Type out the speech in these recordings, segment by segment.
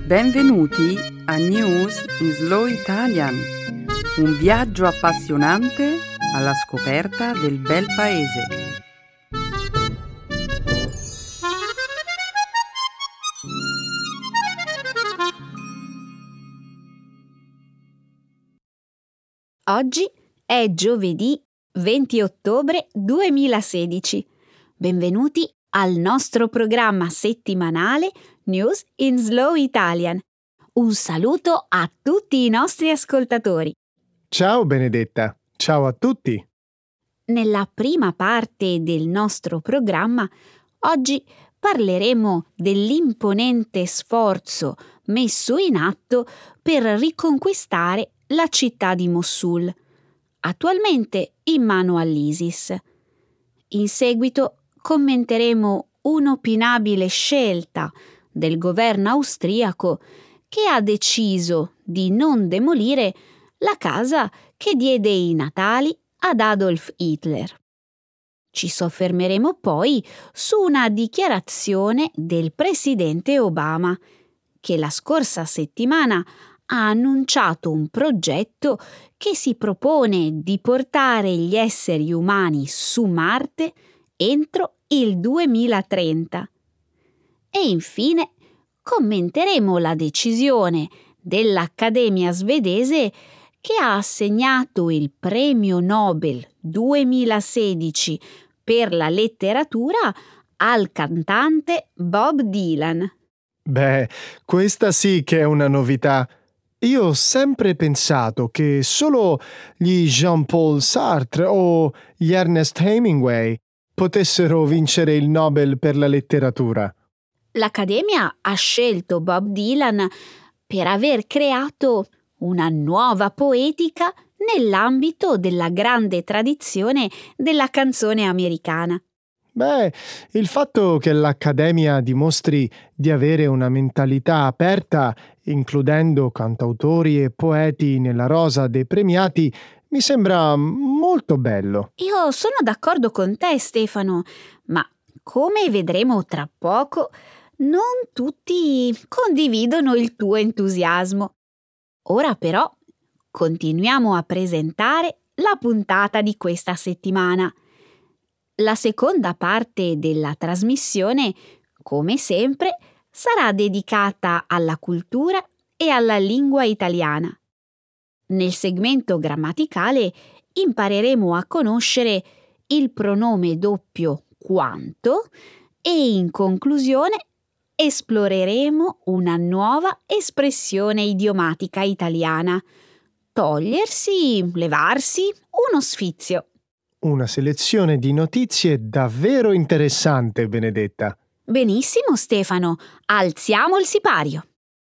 Benvenuti a News in Slow Italian, un viaggio appassionante alla scoperta del bel paese. Oggi è giovedì 20 ottobre 2016. Benvenuti al nostro programma settimanale News in Slow Italian. Un saluto a tutti i nostri ascoltatori. Ciao Benedetta, ciao a tutti. Nella prima parte del nostro programma, oggi parleremo dell'imponente sforzo messo in atto per riconquistare la città di Mosul, attualmente in mano all'ISIS. In seguito commenteremo un'opinabile scelta del governo austriaco che ha deciso di non demolire la casa che diede i natali ad Adolf Hitler. Ci soffermeremo poi su una dichiarazione del presidente Obama, che la scorsa settimana ha annunciato un progetto che si propone di portare gli esseri umani su Marte entro il 2030. E infine commenteremo la decisione dell'Accademia svedese che ha assegnato il premio Nobel 2016 per la letteratura al cantante Bob Dylan. Beh, questa sì che è una novità. Io ho sempre pensato che solo gli Jean-Paul Sartre o gli Ernest Hemingway potessero vincere il Nobel per la letteratura. L'Accademia ha scelto Bob Dylan per aver creato una nuova poetica nell'ambito della grande tradizione della canzone americana. Beh, il fatto che l'Accademia dimostri di avere una mentalità aperta, includendo cantautori e poeti nella rosa dei premiati, mi sembra molto bello. Io sono d'accordo con te, Stefano, ma come vedremo tra poco, non tutti condividono il tuo entusiasmo. Ora però continuiamo a presentare la puntata di questa settimana. La seconda parte della trasmissione, come sempre, sarà dedicata alla cultura e alla lingua italiana. Nel segmento grammaticale impareremo a conoscere il pronome doppio quanto e in conclusione esploreremo una nuova espressione idiomatica italiana: togliersi, levarsi uno sfizio. Una selezione di notizie davvero interessante, Benedetta. Benissimo, Stefano, alziamo il sipario.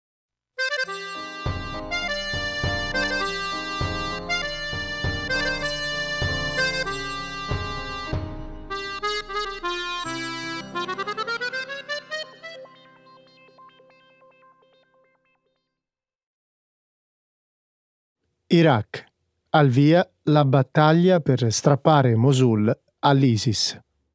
Iraq. Al via la battaglia per strappare Mosul all'ISIS.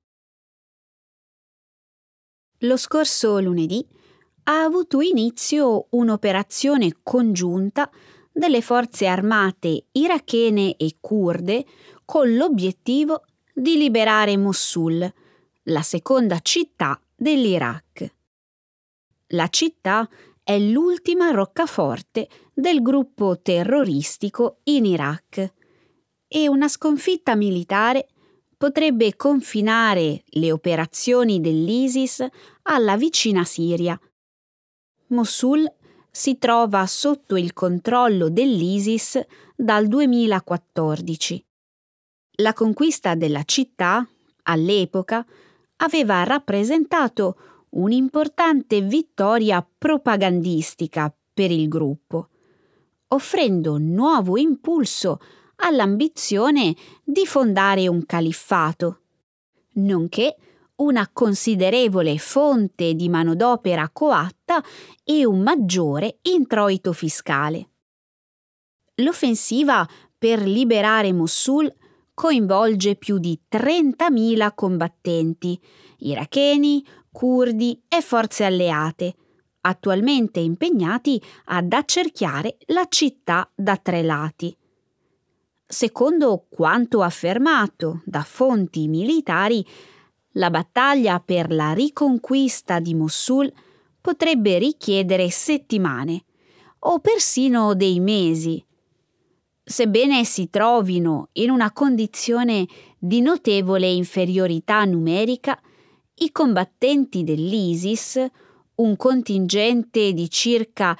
Lo scorso lunedì ha avuto inizio un'operazione congiunta delle forze armate irachene e curde con l'obiettivo di liberare Mosul, la seconda città dell'Iraq. La città è l'ultima roccaforte del gruppo terroristico in Iraq e una sconfitta militare potrebbe confinare le operazioni dell'ISIS alla vicina Siria. Mosul si trova sotto il controllo dell'ISIS dal 2014. La conquista della città, all'epoca, aveva rappresentato un'importante vittoria propagandistica per il gruppo, offrendo nuovo impulso all'ambizione di fondare un califfato, nonché una considerevole fonte di manodopera coatta e un maggiore introito fiscale. L'offensiva per liberare Mosul coinvolge più di 30.000 combattenti, iracheni, curdi e forze alleate, attualmente impegnati ad accerchiare la città da 3 lati. Secondo quanto affermato da fonti militari, la battaglia per la riconquista di Mosul potrebbe richiedere settimane o persino dei mesi. Sebbene si trovino in una condizione di notevole inferiorità numerica, i combattenti dell'ISIS, un contingente di circa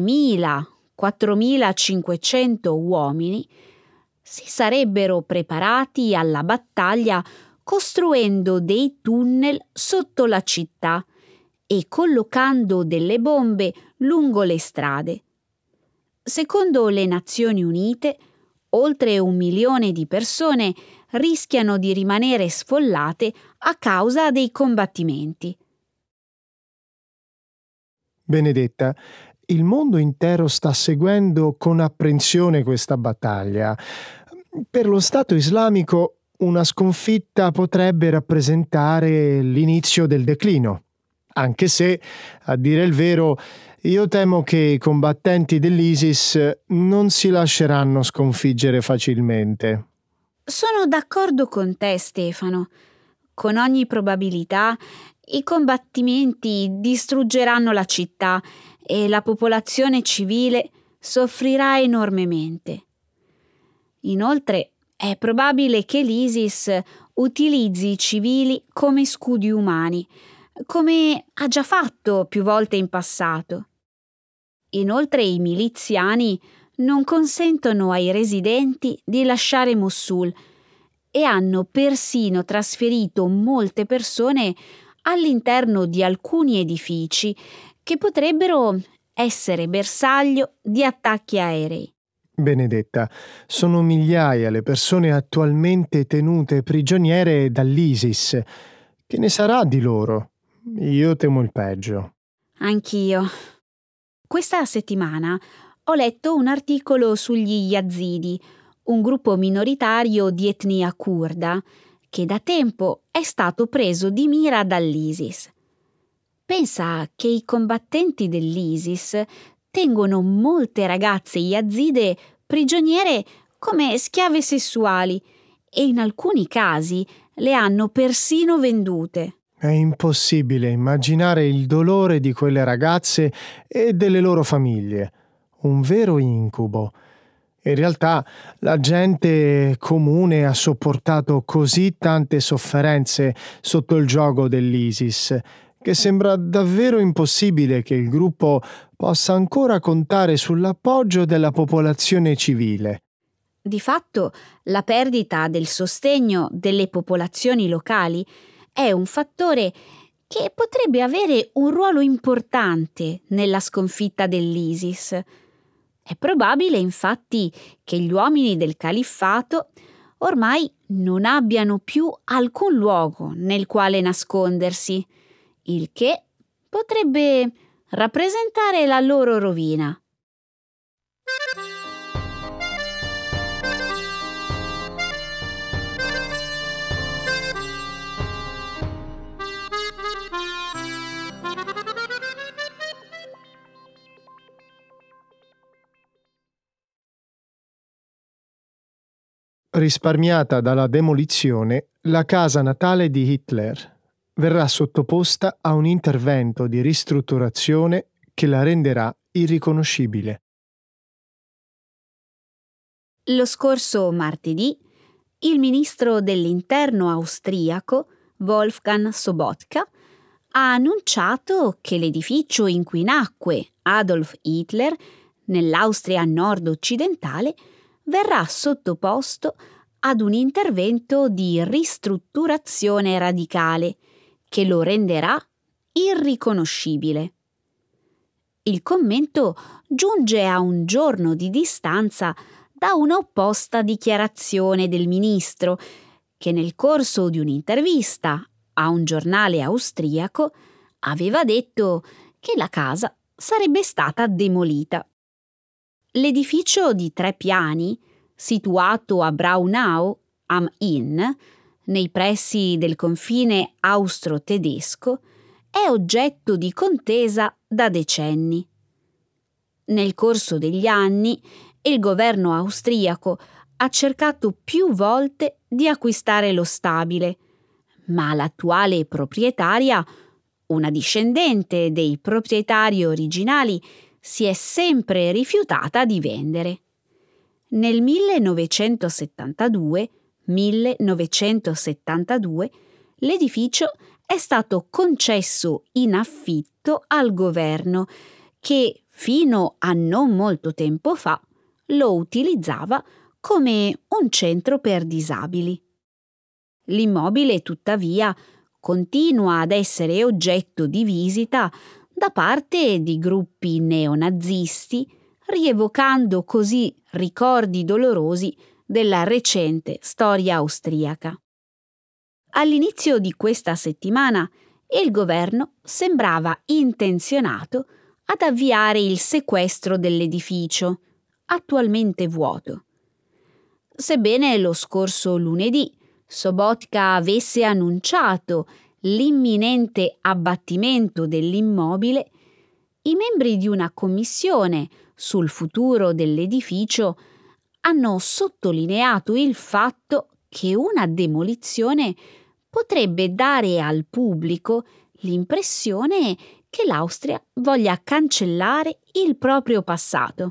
3.000-4.500 uomini, si sarebbero preparati alla battaglia costruendo dei tunnel sotto la città e collocando delle bombe lungo le strade. Secondo le Nazioni Unite, oltre 1 milione di persone rischiano di rimanere sfollate a causa dei combattimenti. Benedetta, il mondo intero sta seguendo con apprensione questa battaglia. Per lo Stato islamico una sconfitta potrebbe rappresentare l'inizio del declino, anche se, a dire il vero, io temo che i combattenti dell'ISIS non si lasceranno sconfiggere facilmente. Sono d'accordo con te, Stefano. Con ogni probabilità i combattimenti distruggeranno la città e la popolazione civile soffrirà enormemente. Inoltre, è probabile che l'ISIS utilizzi i civili come scudi umani, come ha già fatto più volte in passato. Inoltre, i miliziani non consentono ai residenti di lasciare Mosul e hanno persino trasferito molte persone all'interno di alcuni edifici che potrebbero essere bersaglio di attacchi aerei. Benedetta, sono migliaia le persone attualmente tenute prigioniere dall'ISIS. Che ne sarà di loro? Io temo il peggio. Anch'io. Questa settimana ho letto un articolo sugli Yazidi, un gruppo minoritario di etnia curda, che da tempo è stato preso di mira dall'ISIS. Pensa che i combattenti dell'ISIS tengono molte ragazze yazide prigioniere come schiave sessuali e in alcuni casi le hanno persino vendute. È impossibile immaginare il dolore di quelle ragazze e delle loro famiglie. Un vero incubo. In realtà la gente comune ha sopportato così tante sofferenze sotto il giogo dell'ISIS che sembra davvero impossibile che il gruppo possa ancora contare sull'appoggio della popolazione civile. Di fatto, la perdita del sostegno delle popolazioni locali è un fattore che potrebbe avere un ruolo importante nella sconfitta dell'ISIS. È probabile, infatti, che gli uomini del califfato ormai non abbiano più alcun luogo nel quale nascondersi, il che potrebbe rappresentare la loro rovina. Risparmiata dalla demolizione, la casa natale di Hitler verrà sottoposta a un intervento di ristrutturazione che la renderà irriconoscibile. Lo scorso martedì, il ministro dell'Interno austriaco, Wolfgang Sobotka, ha annunciato che l'edificio in cui nacque Adolf Hitler, nell'Austria nord-occidentale, verrà sottoposto ad un intervento di ristrutturazione radicale che lo renderà irriconoscibile. Il commento giunge a un giorno di distanza da una opposta dichiarazione del ministro, che nel corso di un'intervista a un giornale austriaco aveva detto che la casa sarebbe stata demolita. L'edificio di 3 piani, situato a Braunau am Inn, nei pressi del confine austro-tedesco, è oggetto di contesa da decenni. Nel corso degli anni, il governo austriaco ha cercato più volte di acquistare lo stabile, ma l'attuale proprietaria, una discendente dei proprietari originali, si è sempre rifiutata di vendere. Nel 1972, l'edificio è stato concesso in affitto al governo che, fino a non molto tempo fa, lo utilizzava come un centro per disabili. L'immobile, tuttavia, continua ad essere oggetto di visita da parte di gruppi neonazisti, rievocando così ricordi dolorosi della recente storia austriaca. All'inizio di questa settimana il governo sembrava intenzionato ad avviare il sequestro dell'edificio, attualmente vuoto. Sebbene lo scorso lunedì Sobotka avesse annunciato l'imminente abbattimento dell'immobile, i membri di una commissione sul futuro dell'edificio hanno sottolineato il fatto che una demolizione potrebbe dare al pubblico l'impressione che l'Austria voglia cancellare il proprio passato.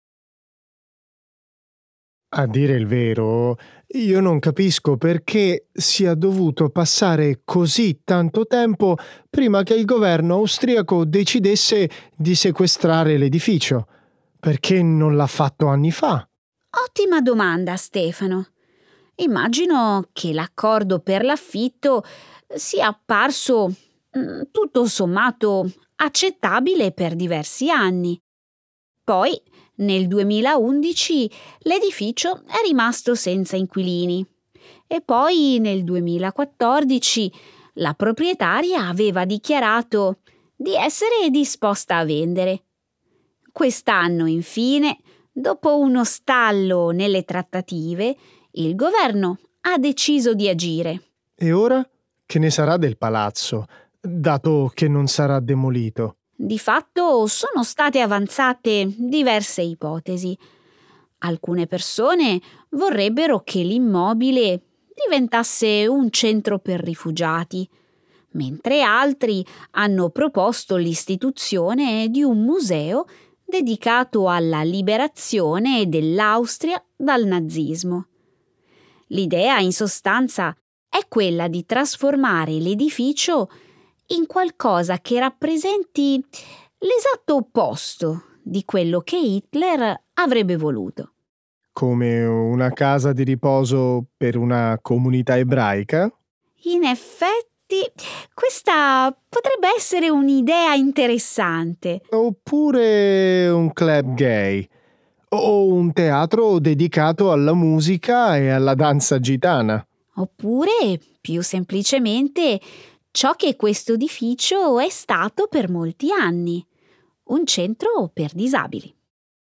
A dire il vero, io non capisco perché sia dovuto passare così tanto tempo prima che il governo austriaco decidesse di sequestrare l'edificio. Perché non l'ha fatto anni fa? Ottima domanda, Stefano. Immagino che l'accordo per l'affitto sia apparso tutto sommato accettabile per diversi anni. Poi, nel 2011, l'edificio è rimasto senza inquilini e poi nel 2014 la proprietaria aveva dichiarato di essere disposta a vendere. Quest'anno, infine, dopo uno stallo nelle trattative, il governo ha deciso di agire. E ora? Che ne sarà del palazzo, dato che non sarà demolito? Di fatto sono state avanzate diverse ipotesi. Alcune persone vorrebbero che l'immobile diventasse un centro per rifugiati, mentre altri hanno proposto l'istituzione di un museo dedicato alla liberazione dell'Austria dal nazismo. L'idea, in sostanza, è quella di trasformare l'edificio in qualcosa che rappresenti l'esatto opposto di quello che Hitler avrebbe voluto. Come una casa di riposo per una comunità ebraica? In effetti, questa potrebbe essere un'idea interessante. Oppure un club gay? O un teatro dedicato alla musica e alla danza gitana? Oppure, più semplicemente, ciò che questo edificio è stato per molti anni, un centro per disabili.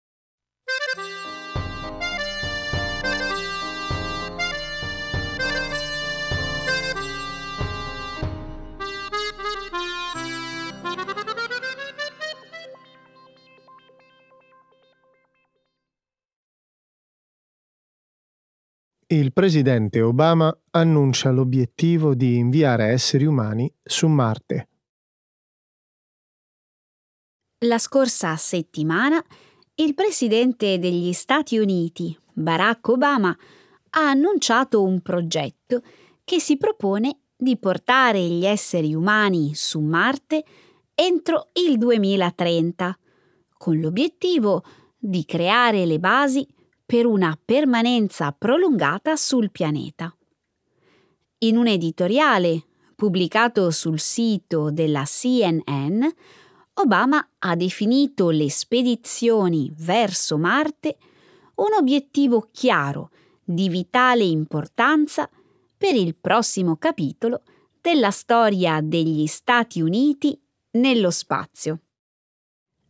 Il presidente Obama annuncia l'obiettivo di inviare esseri umani su Marte. La scorsa settimana il presidente degli Stati Uniti, Barack Obama, ha annunciato un progetto che si propone di portare gli esseri umani su Marte entro il 2030, con l'obiettivo di creare le basi per una permanenza prolungata sul pianeta. In un editoriale pubblicato sul sito della CNN, Obama ha definito le spedizioni verso Marte un obiettivo chiaro di vitale importanza per il prossimo capitolo della storia degli Stati Uniti nello spazio.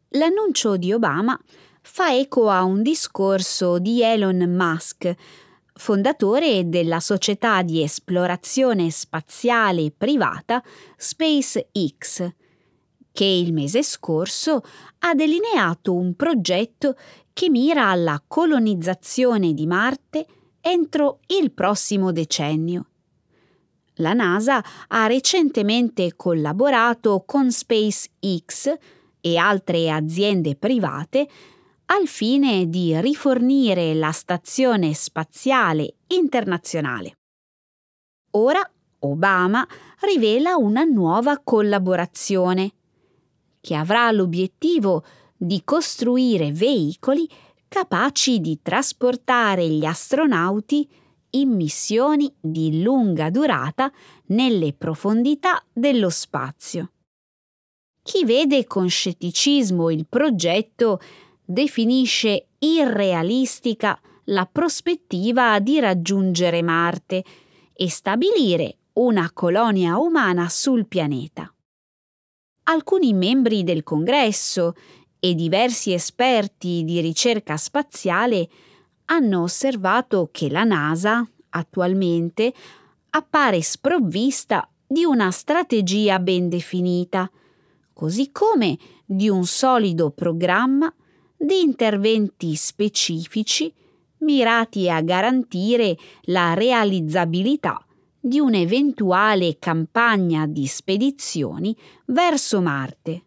L'annuncio di Obama fa eco a un discorso di Elon Musk, fondatore della società di esplorazione spaziale privata SpaceX, che il mese scorso ha delineato un progetto che mira alla colonizzazione di Marte entro il prossimo decennio. La NASA ha recentemente collaborato con SpaceX e altre aziende private al fine di rifornire la Stazione Spaziale Internazionale. Ora Obama rivela una nuova collaborazione che avrà l'obiettivo di costruire veicoli capaci di trasportare gli astronauti in missioni di lunga durata nelle profondità dello spazio. Chi vede con scetticismo il progetto definisce irrealistica la prospettiva di raggiungere Marte e stabilire una colonia umana sul pianeta. Alcuni membri del Congresso e diversi esperti di ricerca spaziale hanno osservato che la NASA, attualmente, appare sprovvista di una strategia ben definita, così come di un solido programma di interventi specifici mirati a garantire la realizzabilità di un'eventuale campagna di spedizioni verso Marte.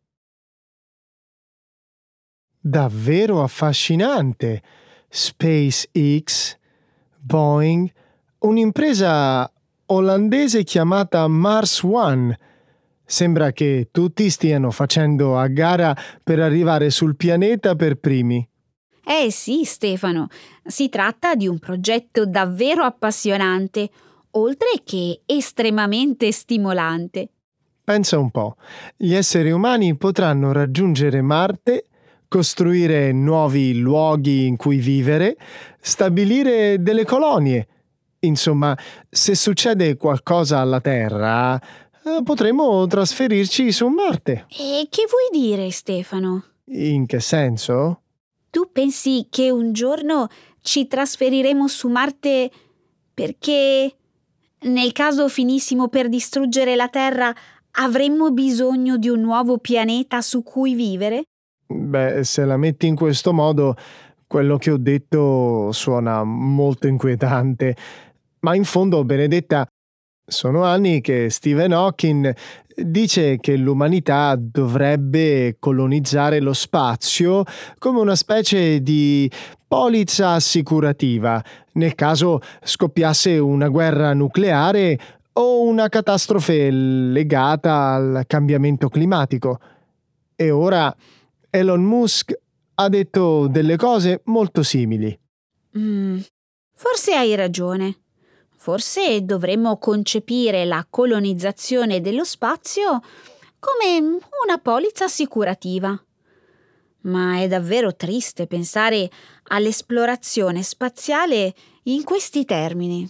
Davvero affascinante! SpaceX, Boeing, un'impresa olandese chiamata Mars One. Sembra che tutti stiano facendo a gara per arrivare sul pianeta per primi. Sì, Stefano, si tratta di un progetto davvero appassionante, oltre che estremamente stimolante. Pensa un po', gli esseri umani potranno raggiungere Marte, costruire nuovi luoghi in cui vivere, stabilire delle colonie. Insomma, se succede qualcosa alla Terra, potremo trasferirci su Marte. E che vuoi dire, Stefano? In che senso? Tu pensi che un giorno ci trasferiremo su Marte perché, nel caso finissimo per distruggere la Terra, avremmo bisogno di un nuovo pianeta su cui vivere? Beh, se la metti in questo modo, quello che ho detto suona molto inquietante. Ma in fondo, Benedetta, sono anni che Stephen Hawking dice che l'umanità dovrebbe colonizzare lo spazio come una specie di polizza assicurativa nel caso scoppiasse una guerra nucleare o una catastrofe legata al cambiamento climatico. E ora Elon Musk ha detto delle cose molto simili. Forse hai ragione. Forse dovremmo concepire la colonizzazione dello spazio come una polizza assicurativa. Ma è davvero triste pensare all'esplorazione spaziale in questi termini.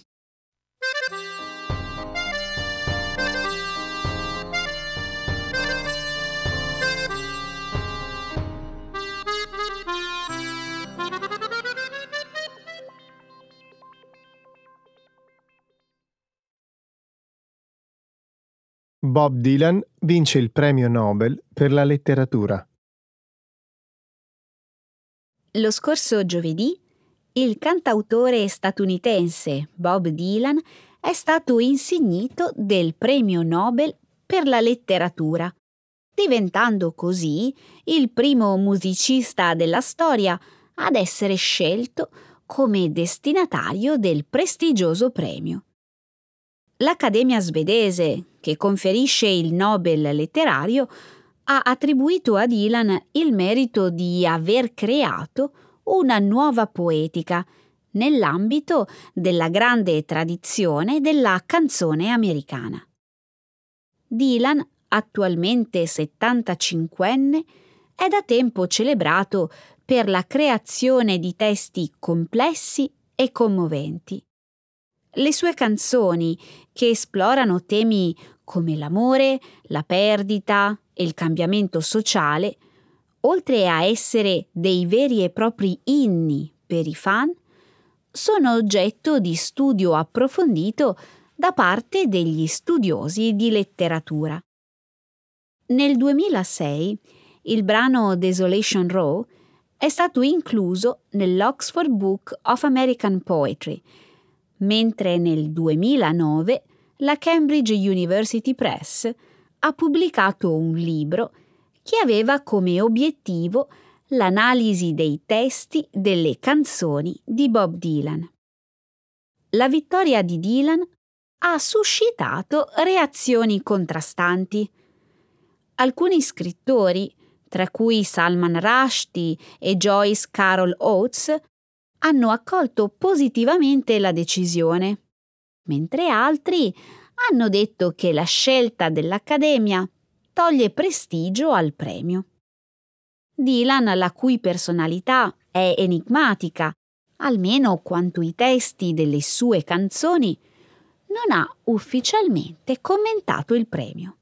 Bob Dylan vince il premio Nobel per la letteratura. Lo scorso giovedì, il cantautore statunitense Bob Dylan è stato insignito del premio Nobel per la letteratura, diventando così il primo musicista della storia ad essere scelto come destinatario del prestigioso premio. L'Accademia svedese, che conferisce il Nobel letterario, ha attribuito a Dylan il merito di aver creato una nuova poetica nell'ambito della grande tradizione della canzone americana. Dylan, attualmente 75enne, è da tempo celebrato per la creazione di testi complessi e commoventi. Le sue canzoni, che esplorano temi come l'amore, la perdita e il cambiamento sociale, oltre a essere dei veri e propri inni per i fan, sono oggetto di studio approfondito da parte degli studiosi di letteratura. Nel 2006 il brano Desolation Row è stato incluso nell'Oxford Book of American Poetry, mentre nel 2009 la Cambridge University Press ha pubblicato un libro che aveva come obiettivo l'analisi dei testi delle canzoni di Bob Dylan. La vittoria di Dylan ha suscitato reazioni contrastanti. Alcuni scrittori, tra cui Salman Rushdie e Joyce Carol Oates, hanno accolto positivamente la decisione, mentre altri hanno detto che la scelta dell'Accademia toglie prestigio al premio. Dylan, la cui personalità è enigmatica, almeno quanto i testi delle sue canzoni, non ha ufficialmente commentato il premio.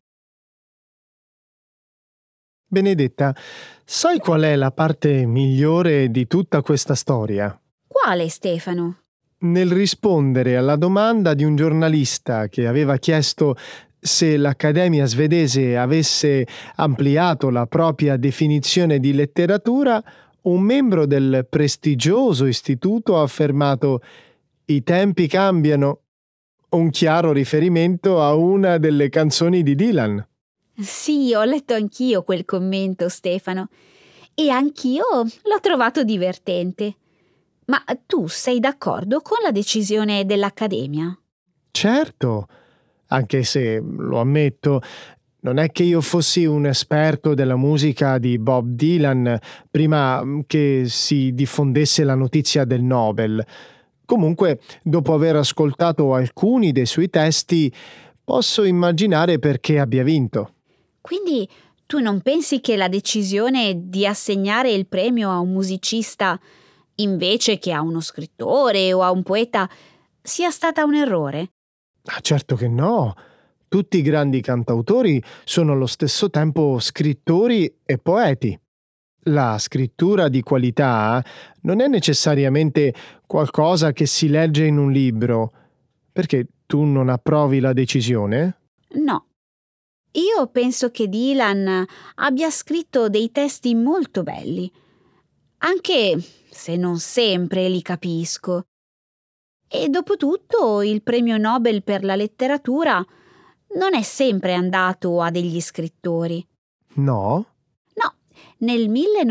Benedetta, sai qual è la parte migliore di tutta questa storia? Quale, Stefano? Nel rispondere alla domanda di un giornalista che aveva chiesto se l'Accademia svedese avesse ampliato la propria definizione di letteratura, un membro del prestigioso istituto ha affermato: «I tempi cambiano», un chiaro riferimento a una delle canzoni di Dylan. Sì, ho letto anch'io quel commento, Stefano, e anch'io l'ho trovato divertente. Ma tu sei d'accordo con la decisione dell'Accademia? Certo, anche se, lo ammetto, non è che io fossi un esperto della musica di Bob Dylan prima che si diffondesse la notizia del Nobel. Comunque, dopo aver ascoltato alcuni dei suoi testi, posso immaginare perché abbia vinto. Quindi tu non pensi che la decisione di assegnare il premio a un musicista invece che a uno scrittore o a un poeta sia stata un errore? Ah, certo che no. Tutti i grandi cantautori sono allo stesso tempo scrittori e poeti. La scrittura di qualità non è necessariamente qualcosa che si legge in un libro. Perché tu non approvi la decisione? No. Io penso che Dylan abbia scritto dei testi molto belli, anche se non sempre li capisco. E dopotutto il premio Nobel per la letteratura non è sempre andato a degli scrittori. No? No, nel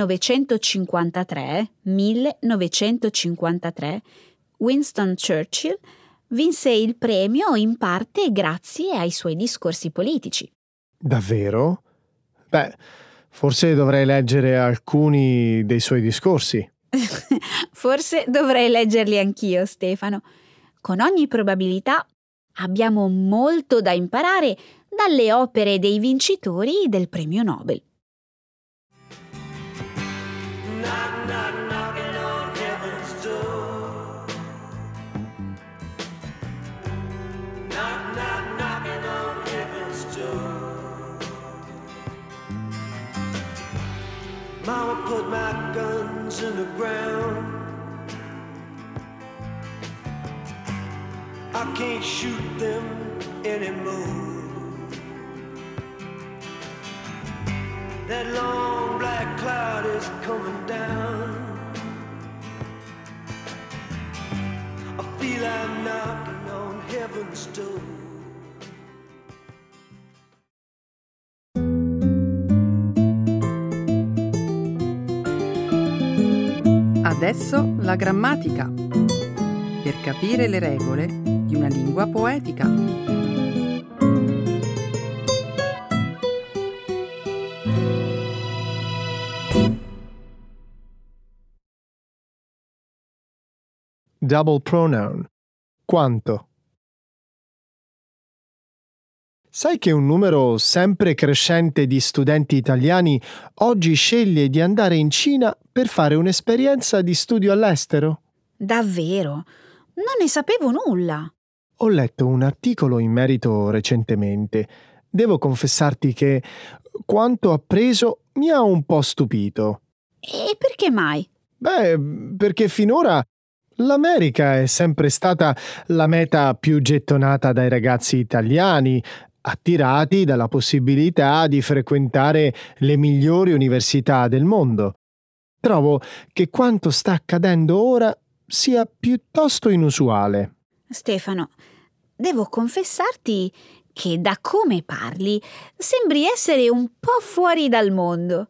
1953, Winston Churchill vinse il premio in parte grazie ai suoi discorsi politici. Davvero? Beh, forse dovrei leggere alcuni dei suoi discorsi. Forse dovrei leggerli anch'io, Stefano. Con ogni probabilità abbiamo molto da imparare dalle opere dei vincitori del premio Nobel. Knock, knock, knocking on heaven's door. Knock, knock, knocking on heaven's door. Mama put my guns in the ground. I can't shoot them anymore. That long black cloud is coming down. I feel I'm knocking on heaven's door. Adesso la grammatica. Per capire le regole di una lingua poetica. Double pronoun. Quanto? Sai che un numero sempre crescente di studenti italiani oggi sceglie di andare in Cina per fare un'esperienza di studio all'estero? Davvero? Non ne sapevo nulla. Ho letto un articolo in merito recentemente. Devo confessarti che quanto appreso mi ha un po' stupito. E perché mai? Beh, perché finora L'America è sempre stata la meta più gettonata dai ragazzi italiani, attirati dalla possibilità di frequentare le migliori università del mondo. Trovo che quanto sta accadendo ora sia piuttosto inusuale. Stefano, devo confessarti che da come parli sembri essere un po' fuori dal mondo.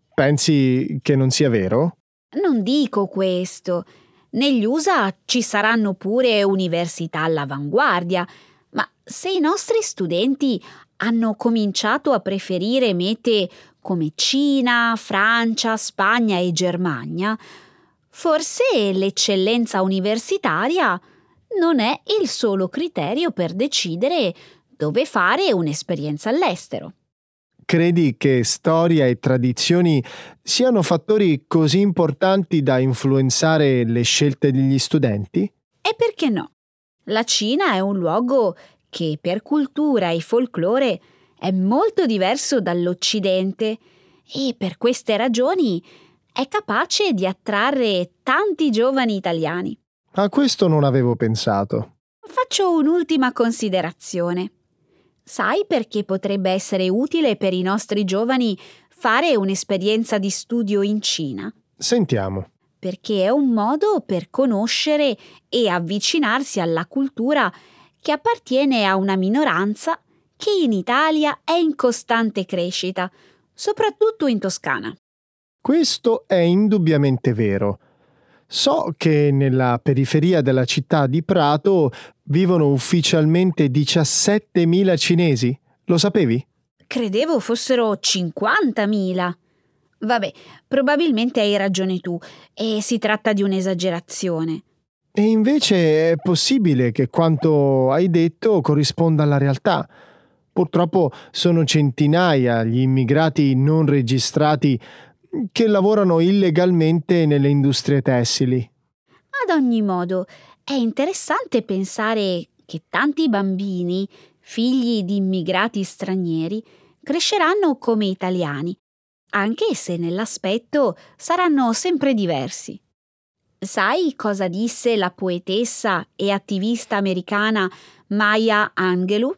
Pensi che non sia vero? Non dico questo. Negli USA ci saranno pure università all'avanguardia, ma se i nostri studenti hanno cominciato a preferire mete come Cina, Francia, Spagna e Germania, forse l'eccellenza universitaria non è il solo criterio per decidere dove fare un'esperienza all'estero. Credi che storia e tradizioni siano fattori così importanti da influenzare le scelte degli studenti? E perché no? La Cina è un luogo che per cultura e folklore è molto diverso dall'Occidente e per queste ragioni è capace di attrarre tanti giovani italiani. A questo non avevo pensato. Faccio un'ultima considerazione. Sai perché potrebbe essere utile per i nostri giovani fare un'esperienza di studio in Cina? Sentiamo. Perché è un modo per conoscere e avvicinarsi alla cultura che appartiene a una minoranza che in Italia è in costante crescita, soprattutto in Toscana. Questo è indubbiamente vero. So che nella periferia della città di Prato vivono ufficialmente 17.000 cinesi. Lo sapevi? Credevo fossero 50.000. Vabbè, probabilmente hai ragione tu e si tratta di un'esagerazione. E invece è possibile che quanto hai detto corrisponda alla realtà. Purtroppo sono centinaia gli immigrati non registrati che lavorano illegalmente nelle industrie tessili. Ad ogni modo, è interessante pensare che tanti bambini, figli di immigrati stranieri, cresceranno come italiani, anche se nell'aspetto saranno sempre diversi. Sai cosa disse la poetessa e attivista americana Maya Angelou?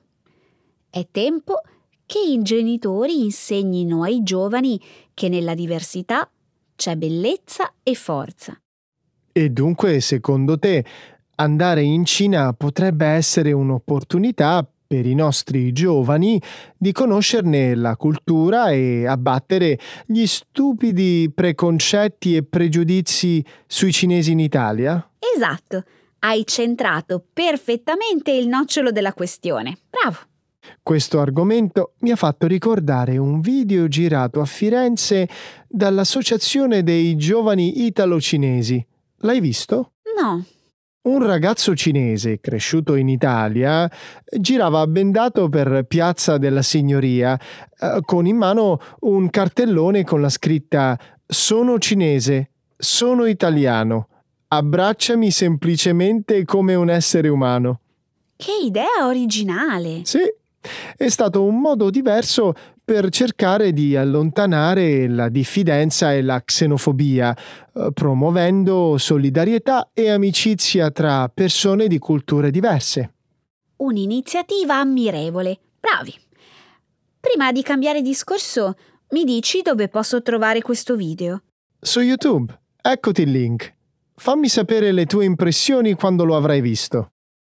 È tempo che i genitori insegnino ai giovani che nella diversità c'è bellezza e forza. E dunque, secondo te, andare in Cina potrebbe essere un'opportunità per i nostri giovani di conoscerne la cultura e abbattere gli stupidi preconcetti e pregiudizi sui cinesi in Italia? Esatto, hai centrato perfettamente il nocciolo della questione. Bravo! Questo argomento mi ha fatto ricordare un video girato a Firenze dall'Associazione dei Giovani Italo-Cinesi. L'hai visto? No. Un ragazzo cinese cresciuto in Italia girava bendato per Piazza della Signoria con in mano un cartellone con la scritta «Sono cinese, sono italiano, abbracciami semplicemente come un essere umano». Che idea originale! Sì, è stato un modo diverso per cercare di allontanare la diffidenza e la xenofobia, promuovendo solidarietà e amicizia tra persone di culture diverse. Un'iniziativa ammirevole. Bravi! Prima di cambiare discorso, mi dici dove posso trovare questo video? Su YouTube, eccoti il link. Fammi sapere le tue impressioni quando lo avrai visto.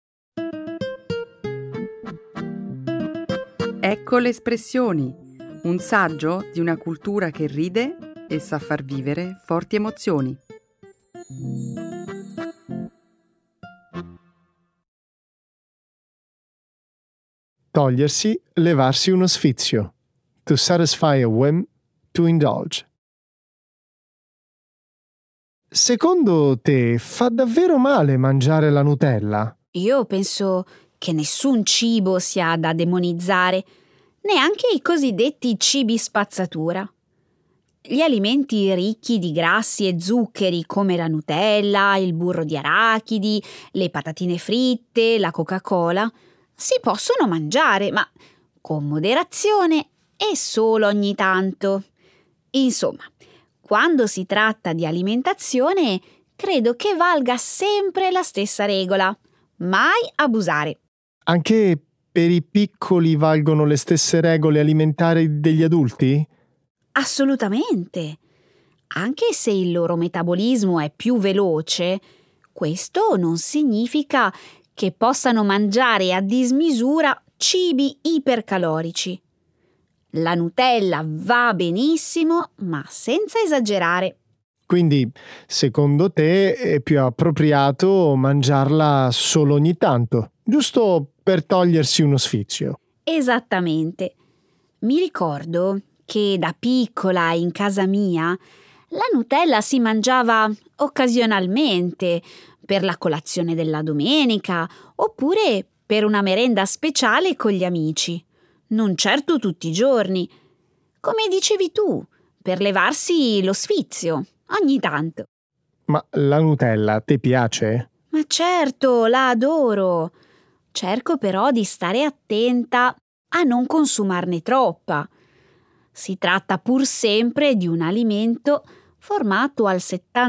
Ecco le espressioni, un saggio di una cultura che ride e sa far vivere forti emozioni. Togliersi, levarsi uno sfizio. To satisfy a whim, to indulge. Secondo te fa davvero male mangiare la Nutella? Io penso che nessun cibo sia da demonizzare, neanche i cosiddetti cibi spazzatura. Gli alimenti ricchi di grassi e zuccheri come la Nutella, il burro di arachidi, le patatine fritte, la Coca-Cola si possono mangiare, ma con moderazione e solo ogni tanto. Insomma, quando si tratta di alimentazione, credo che valga sempre la stessa regola. Mai abusare. Anche per i piccoli valgono le stesse regole alimentari degli adulti? Assolutamente. Anche se il loro metabolismo è più veloce, questo non significa che possano mangiare a dismisura cibi ipercalorici. La Nutella va benissimo, ma senza esagerare. Quindi, secondo te, è più appropriato mangiarla solo ogni tanto, giusto per togliersi uno sfizio? Esattamente. Mi ricordo che da piccola in casa mia la Nutella si mangiava occasionalmente per la colazione della domenica oppure per una merenda speciale con gli amici. Non certo tutti i giorni. Come dicevi tu, per levarsi lo sfizio, ogni tanto. Ma la Nutella a te piace? Ma certo, la adoro. Cerco però di stare attenta a non consumarne troppa. Si tratta pur sempre di un alimento formato al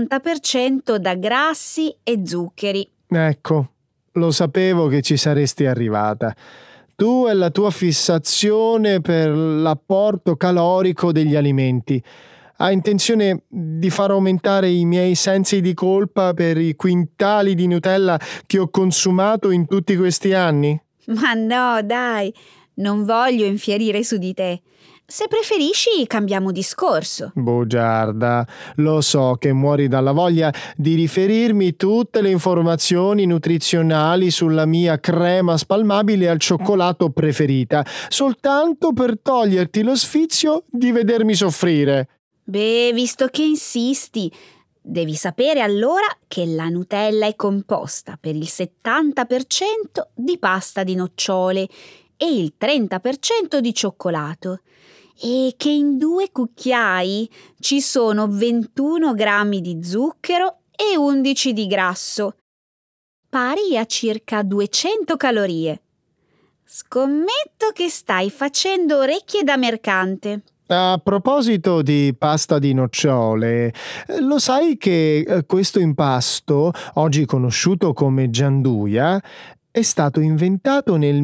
70% da grassi e zuccheri. Ecco, lo sapevo che ci saresti arrivata. Tu e la tua fissazione per l'apporto calorico degli alimenti. Hai intenzione di far aumentare i miei sensi di colpa per i quintali di Nutella che ho consumato in tutti questi anni? Ma no, dai, non voglio infierire su di te. Se preferisci, cambiamo discorso. Bugiarda, lo so che muori dalla voglia di riferirmi tutte le informazioni nutrizionali sulla mia crema spalmabile al cioccolato preferita, soltanto per toglierti lo sfizio di vedermi soffrire. Beh, visto che insisti, devi sapere allora che la Nutella è composta per il 70% di pasta di nocciole e il 30% di cioccolato e che in 2 cucchiai ci sono 21 grammi di zucchero e 11 di grasso, pari a circa 200 calorie. Scommetto che stai facendo orecchie da mercante. A proposito di pasta di nocciole, lo sai che questo impasto, oggi conosciuto come gianduia, è stato inventato nel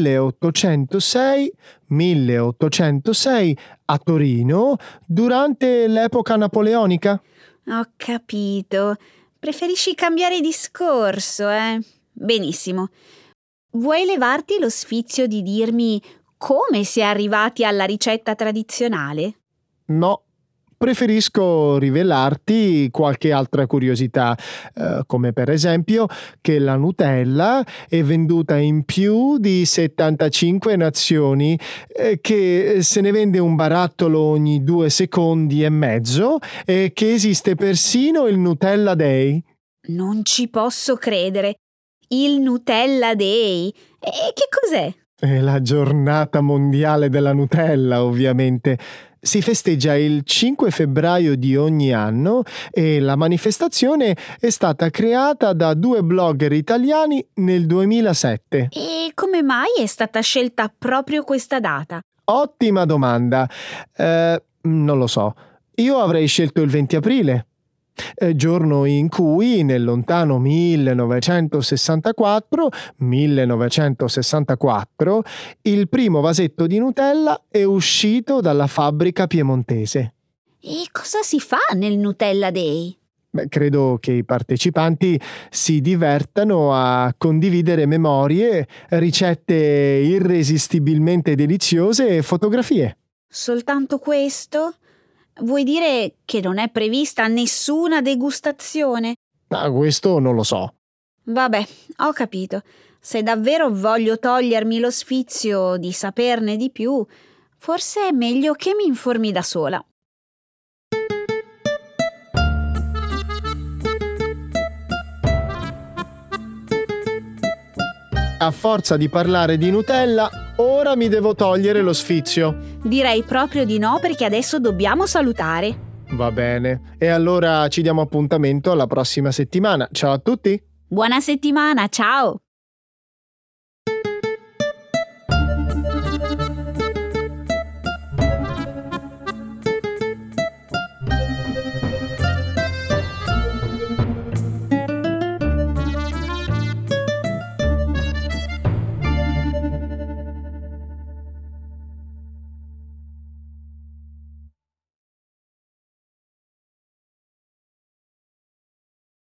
1806 a Torino durante l'epoca napoleonica? Ho capito. Preferisci cambiare discorso, eh? Benissimo. Vuoi levarti lo sfizio di dirmi come si è arrivati alla ricetta tradizionale? No. Preferisco rivelarti qualche altra curiosità, come per esempio che la Nutella è venduta in più di 75 nazioni, che se ne vende un barattolo ogni 2 secondi e mezzo e che esiste persino il Nutella Day. Non ci posso credere. Il Nutella Day? E che cos'è? È la giornata mondiale della Nutella, ovviamente. Si festeggia il 5 febbraio di ogni anno e la manifestazione è stata creata da 2 blogger italiani nel 2007. E come mai è stata scelta proprio questa data? Ottima domanda. Non lo so. Io avrei scelto il 20 aprile. Giorno in cui nel lontano 1964 il primo vasetto di Nutella è uscito dalla fabbrica piemontese. E cosa si fa nel Nutella Day? Credo che i partecipanti si divertano a condividere memorie, ricette irresistibilmente deliziose e fotografie. Soltanto questo? Vuoi dire che non è prevista nessuna degustazione? Questo non lo so. Vabbè, ho capito. Se davvero voglio togliermi lo sfizio di saperne di più, forse è meglio che mi informi da sola. A forza di parlare di Nutella, ora mi devo togliere lo sfizio. Direi proprio di no perché adesso dobbiamo salutare. Va bene. E allora ci diamo appuntamento alla prossima settimana. Ciao a tutti! Buona settimana, ciao!